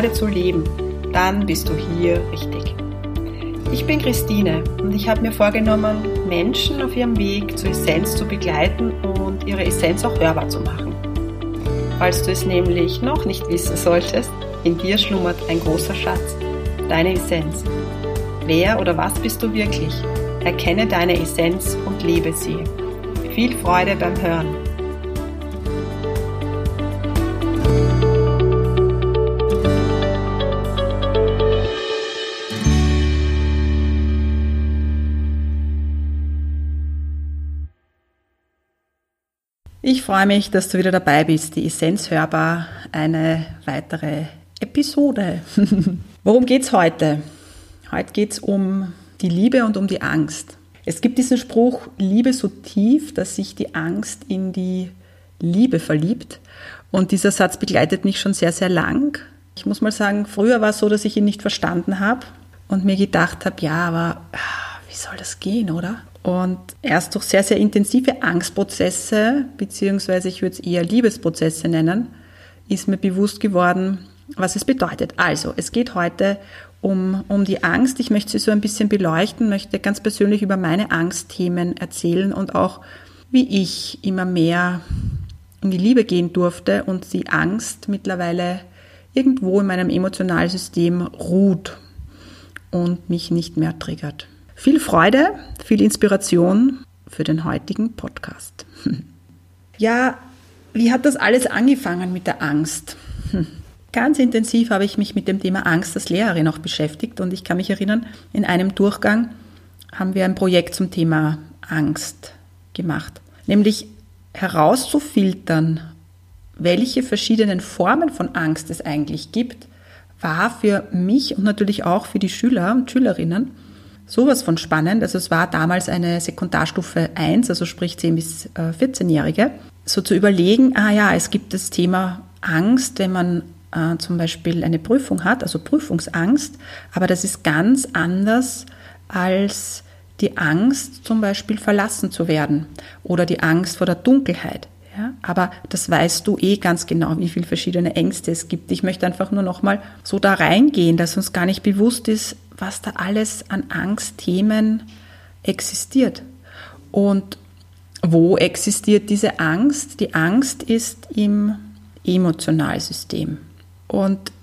Freude zu leben, dann bist du hier richtig. Ich bin Christine und ich habe mir vorgenommen, Menschen auf ihrem Weg zur Essenz zu begleiten und ihre Essenz auch hörbar zu machen. Falls du es nämlich noch nicht wissen solltest, in dir schlummert ein großer Schatz, deine Essenz. Wer oder was bist du wirklich? Erkenne deine Essenz und lebe sie. Viel Freude beim Hören. Ich freue mich, dass du wieder dabei bist. Die Essenz hörbar, eine weitere Episode. Worum geht's heute? Heute geht's um die Liebe und um die Angst. Es gibt diesen Spruch, Liebe so tief, dass sich die Angst in die Liebe verliebt. Und dieser Satz begleitet mich schon sehr, sehr lang. Ich muss mal sagen, früher war es so, dass ich ihn nicht verstanden habe und mir gedacht habe, ja, aber wie soll das gehen, oder? Und erst durch sehr, sehr intensive Angstprozesse, beziehungsweise ich würde es eher Liebesprozesse nennen, ist mir bewusst geworden, was es bedeutet. Also, es geht heute um die Angst. Ich möchte sie so ein bisschen beleuchten, möchte ganz persönlich über meine Angstthemen erzählen und auch, wie ich immer mehr in die Liebe gehen durfte und die Angst mittlerweile irgendwo in meinem Emotionalsystem ruht und mich nicht mehr triggert. Viel Freude, viel Inspiration für den heutigen Podcast. Ja, wie hat das alles angefangen mit der Angst? Ganz intensiv habe ich mich mit dem Thema Angst als Lehrerin auch beschäftigt und ich kann mich erinnern, in einem Durchgang haben wir ein Projekt zum Thema Angst gemacht, nämlich herauszufiltern, welche verschiedenen Formen von Angst es eigentlich gibt, war für mich und natürlich auch für die Schüler und Schülerinnen sowas von spannend. Also es war damals eine Sekundarstufe 1, also sprich 10- bis 14-Jährige, so zu überlegen, es gibt das Thema Angst, wenn man zum Beispiel eine Prüfung hat, also Prüfungsangst, aber das ist ganz anders als die Angst, zum Beispiel verlassen zu werden oder die Angst vor der Dunkelheit. Ja, aber das weißt du ganz genau, wie viele verschiedene Ängste es gibt. Ich möchte einfach nur nochmal so da reingehen, dass uns gar nicht bewusst ist, was da alles an Angstthemen existiert. Und wo existiert diese Angst? Die Angst ist im Emotionalsystem. Und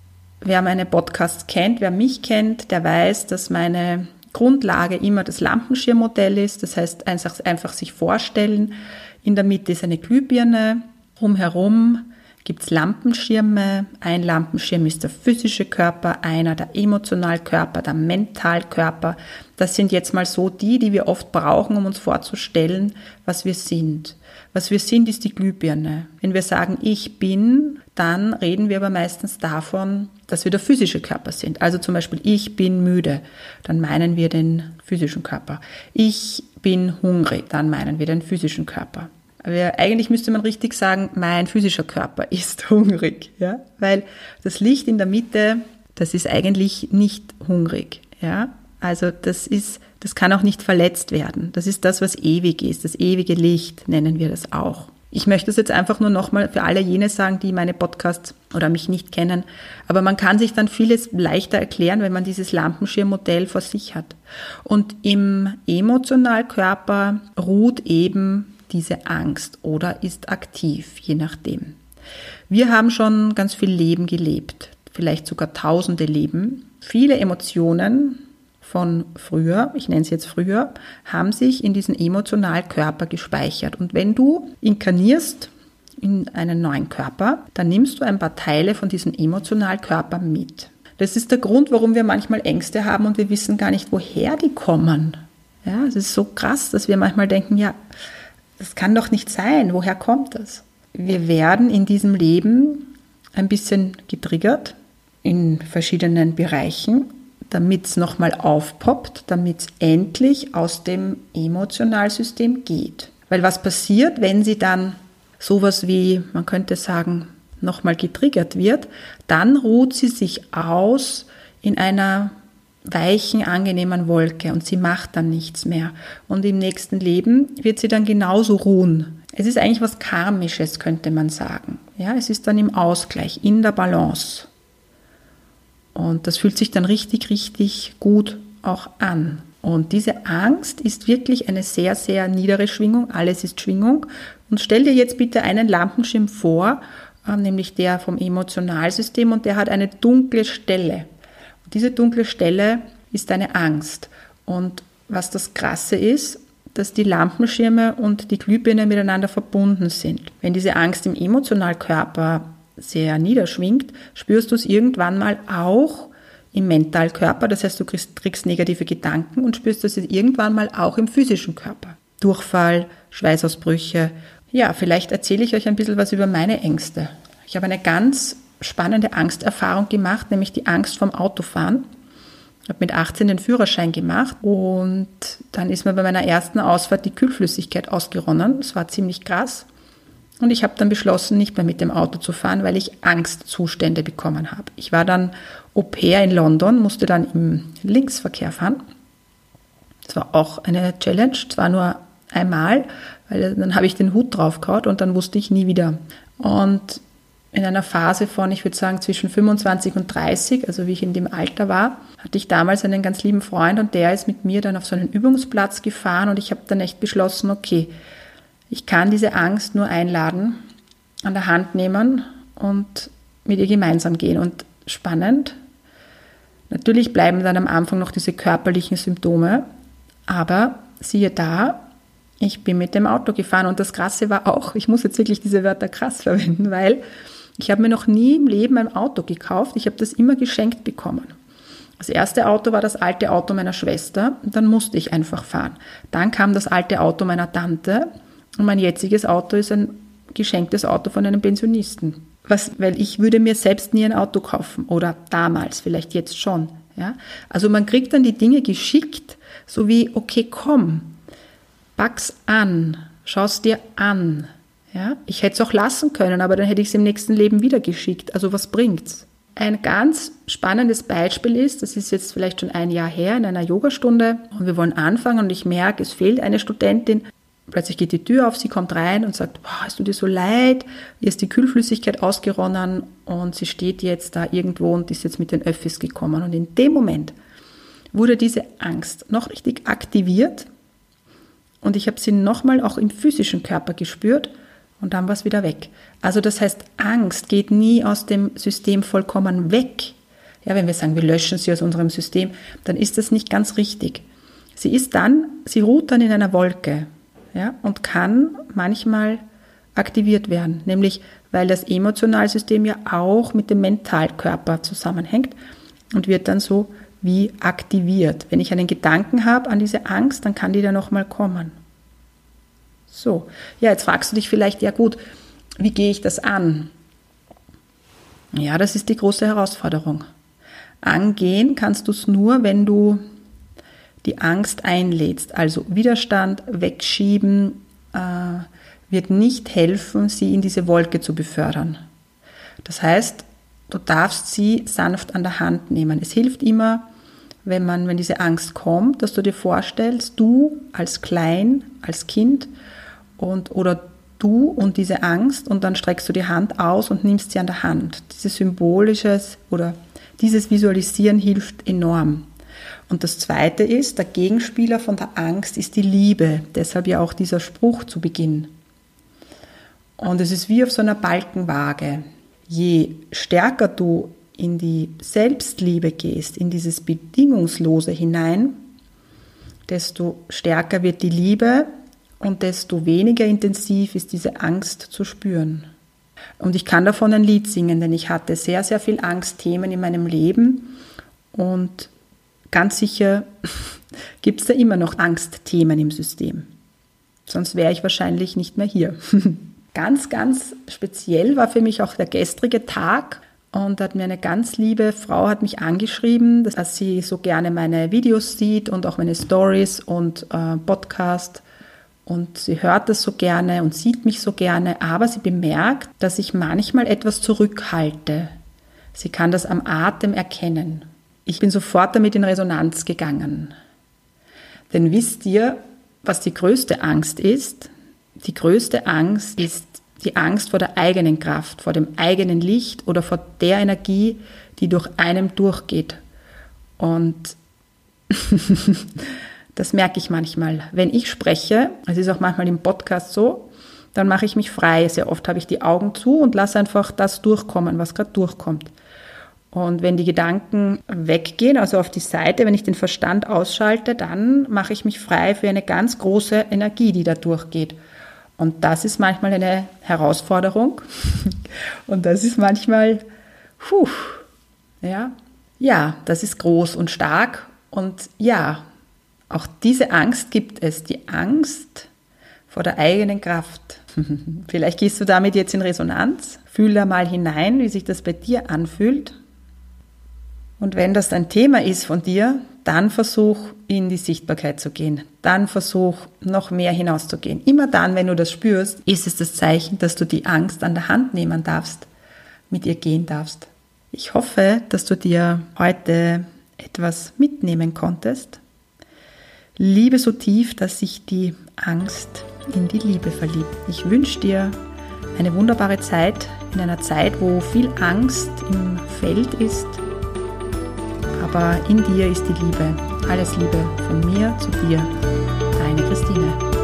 wer meine Podcasts kennt, wer mich kennt, der weiß, dass meine Grundlage immer das Lampenschirmmodell ist. Das heißt, einfach sich vorstellen, in der Mitte ist eine Glühbirne, rumherum gibt es Lampenschirme. Ein Lampenschirm ist der physische Körper, einer der Emotionalkörper, der Mentalkörper. Das sind jetzt mal so die wir oft brauchen, um uns vorzustellen, was wir sind. Was wir sind, ist die Glühbirne. Wenn wir sagen, ich bin, dann reden wir aber meistens davon, dass wir der physische Körper sind. Also zum Beispiel, ich bin müde, dann meinen wir den physischen Körper. Ich bin hungrig, dann meinen wir den physischen Körper. Aber eigentlich müsste man richtig sagen, mein physischer Körper ist hungrig, ja? Weil das Licht in der Mitte, das ist eigentlich nicht hungrig, ja? Also das kann auch nicht verletzt werden. Das ist das, was ewig ist. Das ewige Licht nennen wir das auch. Ich möchte das jetzt einfach nur nochmal für alle jene sagen, die meine Podcasts oder mich nicht kennen. Aber man kann sich dann vieles leichter erklären, wenn man dieses Lampenschirmmodell vor sich hat. Und im Emotionalkörper ruht eben diese Angst oder ist aktiv, je nachdem. Wir haben schon ganz viel Leben gelebt, vielleicht sogar tausende Leben. Viele Emotionen von früher, ich nenne es jetzt früher, haben sich in diesen Emotionalkörper gespeichert. Und wenn du inkarnierst in einen neuen Körper, dann nimmst du ein paar Teile von diesem Emotionalkörper mit. Das ist der Grund, warum wir manchmal Ängste haben und wir wissen gar nicht, woher die kommen. Ja, es ist so krass, dass wir manchmal denken, ja, das kann doch nicht sein, woher kommt das? Wir werden in diesem Leben ein bisschen getriggert in verschiedenen Bereichen, damit es nochmal aufpoppt, damit es endlich aus dem Emotionalsystem geht. Weil was passiert, wenn sie dann sowas wie, man könnte sagen, nochmal getriggert wird, dann ruht sie sich aus in einer weichen, angenehmen Wolke und sie macht dann nichts mehr. Und im nächsten Leben wird sie dann genauso ruhen. Es ist eigentlich was Karmisches, könnte man sagen. Ja, es ist dann im Ausgleich, in der Balance. Und das fühlt sich dann richtig, richtig gut auch an. Und diese Angst ist wirklich eine sehr, sehr niedere Schwingung. Alles ist Schwingung. Und stell dir jetzt bitte einen Lampenschirm vor, nämlich der vom Emotionalsystem, und der hat eine dunkle Stelle. Und diese dunkle Stelle ist deine Angst. Und was das Krasse ist, dass die Lampenschirme und die Glühbirne miteinander verbunden sind. Wenn diese Angst im Emotionalkörper sehr niederschwingt, spürst du es irgendwann mal auch im Mentalkörper. Das heißt, du kriegst negative Gedanken und spürst es irgendwann mal auch im physischen Körper. Durchfall, Schweißausbrüche. Ja, vielleicht erzähle ich euch ein bisschen was über meine Ängste. Ich habe eine ganz spannende Angsterfahrung gemacht, nämlich die Angst vorm Autofahren. Ich habe mit 18 den Führerschein gemacht und dann ist mir bei meiner ersten Ausfahrt die Kühlflüssigkeit ausgeronnen. Das war ziemlich krass. Und ich habe dann beschlossen, nicht mehr mit dem Auto zu fahren, weil ich Angstzustände bekommen habe. Ich war dann Au-pair in London, musste dann im Linksverkehr fahren. Das war auch eine Challenge, zwar nur einmal, weil dann habe ich den Hut draufgehauen und dann wusste ich nie wieder. Und in einer Phase von, ich würde sagen, zwischen 25 und 30, also wie ich in dem Alter war, hatte ich damals einen ganz lieben Freund und der ist mit mir dann auf so einen Übungsplatz gefahren und ich habe dann echt beschlossen, okay, ich kann diese Angst nur einladen, an der Hand nehmen und mit ihr gemeinsam gehen. Und spannend, natürlich bleiben dann am Anfang noch diese körperlichen Symptome, aber siehe da, ich bin mit dem Auto gefahren und das Krasse war auch, ich muss jetzt wirklich diese Wörter krass verwenden, weil ich habe mir noch nie im Leben ein Auto gekauft, ich habe das immer geschenkt bekommen. Das erste Auto war das alte Auto meiner Schwester und dann musste ich einfach fahren. Dann kam das alte Auto meiner Tante und mein jetziges Auto ist ein geschenktes Auto von einem Pensionisten. Weil ich würde mir selbst nie ein Auto kaufen oder damals, vielleicht jetzt schon. Ja? Also man kriegt dann die Dinge geschickt, so wie, okay, komm, pack's an, schau's dir an. Ja? Ich hätte es auch lassen können, aber dann hätte ich es im nächsten Leben wieder geschickt. Also was bringt's? Ein ganz spannendes Beispiel ist, das ist jetzt vielleicht schon ein Jahr her in einer Yogastunde und wir wollen anfangen und ich merke, es fehlt eine Studentin. Plötzlich geht die Tür auf, sie kommt rein und sagt, boah, es tut dir so leid, ihr ist die Kühlflüssigkeit ausgeronnen und sie steht jetzt da irgendwo und ist jetzt mit den Öffis gekommen. Und in dem Moment wurde diese Angst noch richtig aktiviert und ich habe sie nochmal auch im physischen Körper gespürt und dann war es wieder weg. Also das heißt, Angst geht nie aus dem System vollkommen weg. Ja, wenn wir sagen, wir löschen sie aus unserem System, dann ist das nicht ganz richtig. Sie ruht dann in einer Wolke. Ja, und kann manchmal aktiviert werden, nämlich weil das Emotionalsystem ja auch mit dem Mentalkörper zusammenhängt und wird dann so wie aktiviert. Wenn ich einen Gedanken habe an diese Angst, dann kann die da nochmal kommen. So, ja, jetzt fragst du dich vielleicht, ja gut, wie gehe ich das an? Ja, das ist die große Herausforderung. Angehen kannst du es nur, wenn du die Angst einlädst. Also Widerstand wegschieben wird nicht helfen, sie in diese Wolke zu befördern. Das heißt, du darfst sie sanft an der Hand nehmen. Es hilft immer, wenn diese Angst kommt, dass du dir vorstellst, du als Klein, als Kind oder du und diese Angst und dann streckst du die Hand aus und nimmst sie an der Hand. Dieses Symbolisches oder dieses Visualisieren hilft enorm. Und das Zweite ist, der Gegenspieler von der Angst ist die Liebe. Deshalb ja auch dieser Spruch zu Beginn. Und es ist wie auf so einer Balkenwaage. Je stärker du in die Selbstliebe gehst, in dieses Bedingungslose hinein, desto stärker wird die Liebe und desto weniger intensiv ist diese Angst zu spüren. Und ich kann davon ein Lied singen, denn ich hatte sehr, sehr viel Angstthemen in meinem Leben und ganz sicher gibt es da immer noch Angstthemen im System. Sonst wäre ich wahrscheinlich nicht mehr hier. Ganz, ganz speziell war für mich auch der gestrige Tag. Und hat mir eine ganz liebe Frau hat mich angeschrieben, dass sie so gerne meine Videos sieht und auch meine Stories und Podcast. Und sie hört das so gerne und sieht mich so gerne. Aber sie bemerkt, dass ich manchmal etwas zurückhalte. Sie kann das am Atem erkennen. Ich bin sofort damit in Resonanz gegangen. Denn wisst ihr, was die größte Angst ist? Die größte Angst ist die Angst vor der eigenen Kraft, vor dem eigenen Licht oder vor der Energie, die durch einem durchgeht. Und das merke ich manchmal. Wenn ich spreche, es ist auch manchmal im Podcast so, dann mache ich mich frei. Sehr oft habe ich die Augen zu und lasse einfach das durchkommen, was gerade durchkommt. Und wenn die Gedanken weggehen, also auf die Seite, wenn ich den Verstand ausschalte, dann mache ich mich frei für eine ganz große Energie, die da durchgeht. Und das ist manchmal eine Herausforderung. Und das ist manchmal, ja, das ist groß und stark. Und ja, auch diese Angst gibt es, die Angst vor der eigenen Kraft. Vielleicht gehst du damit jetzt in Resonanz. Fühl da mal hinein, wie sich das bei dir anfühlt. Und wenn das ein Thema ist von dir, dann versuch, in die Sichtbarkeit zu gehen. Dann versuch, noch mehr hinauszugehen. Immer dann, wenn du das spürst, ist es das Zeichen, dass du die Angst an der Hand nehmen darfst, mit ihr gehen darfst. Ich hoffe, dass du dir heute etwas mitnehmen konntest. Liebe so tief, dass sich die Angst in die Liebe verliebt. Ich wünsche dir eine wunderbare Zeit, in einer Zeit, wo viel Angst im Feld ist. Aber in dir ist die Liebe. Alles Liebe von mir zu dir, deine Christine.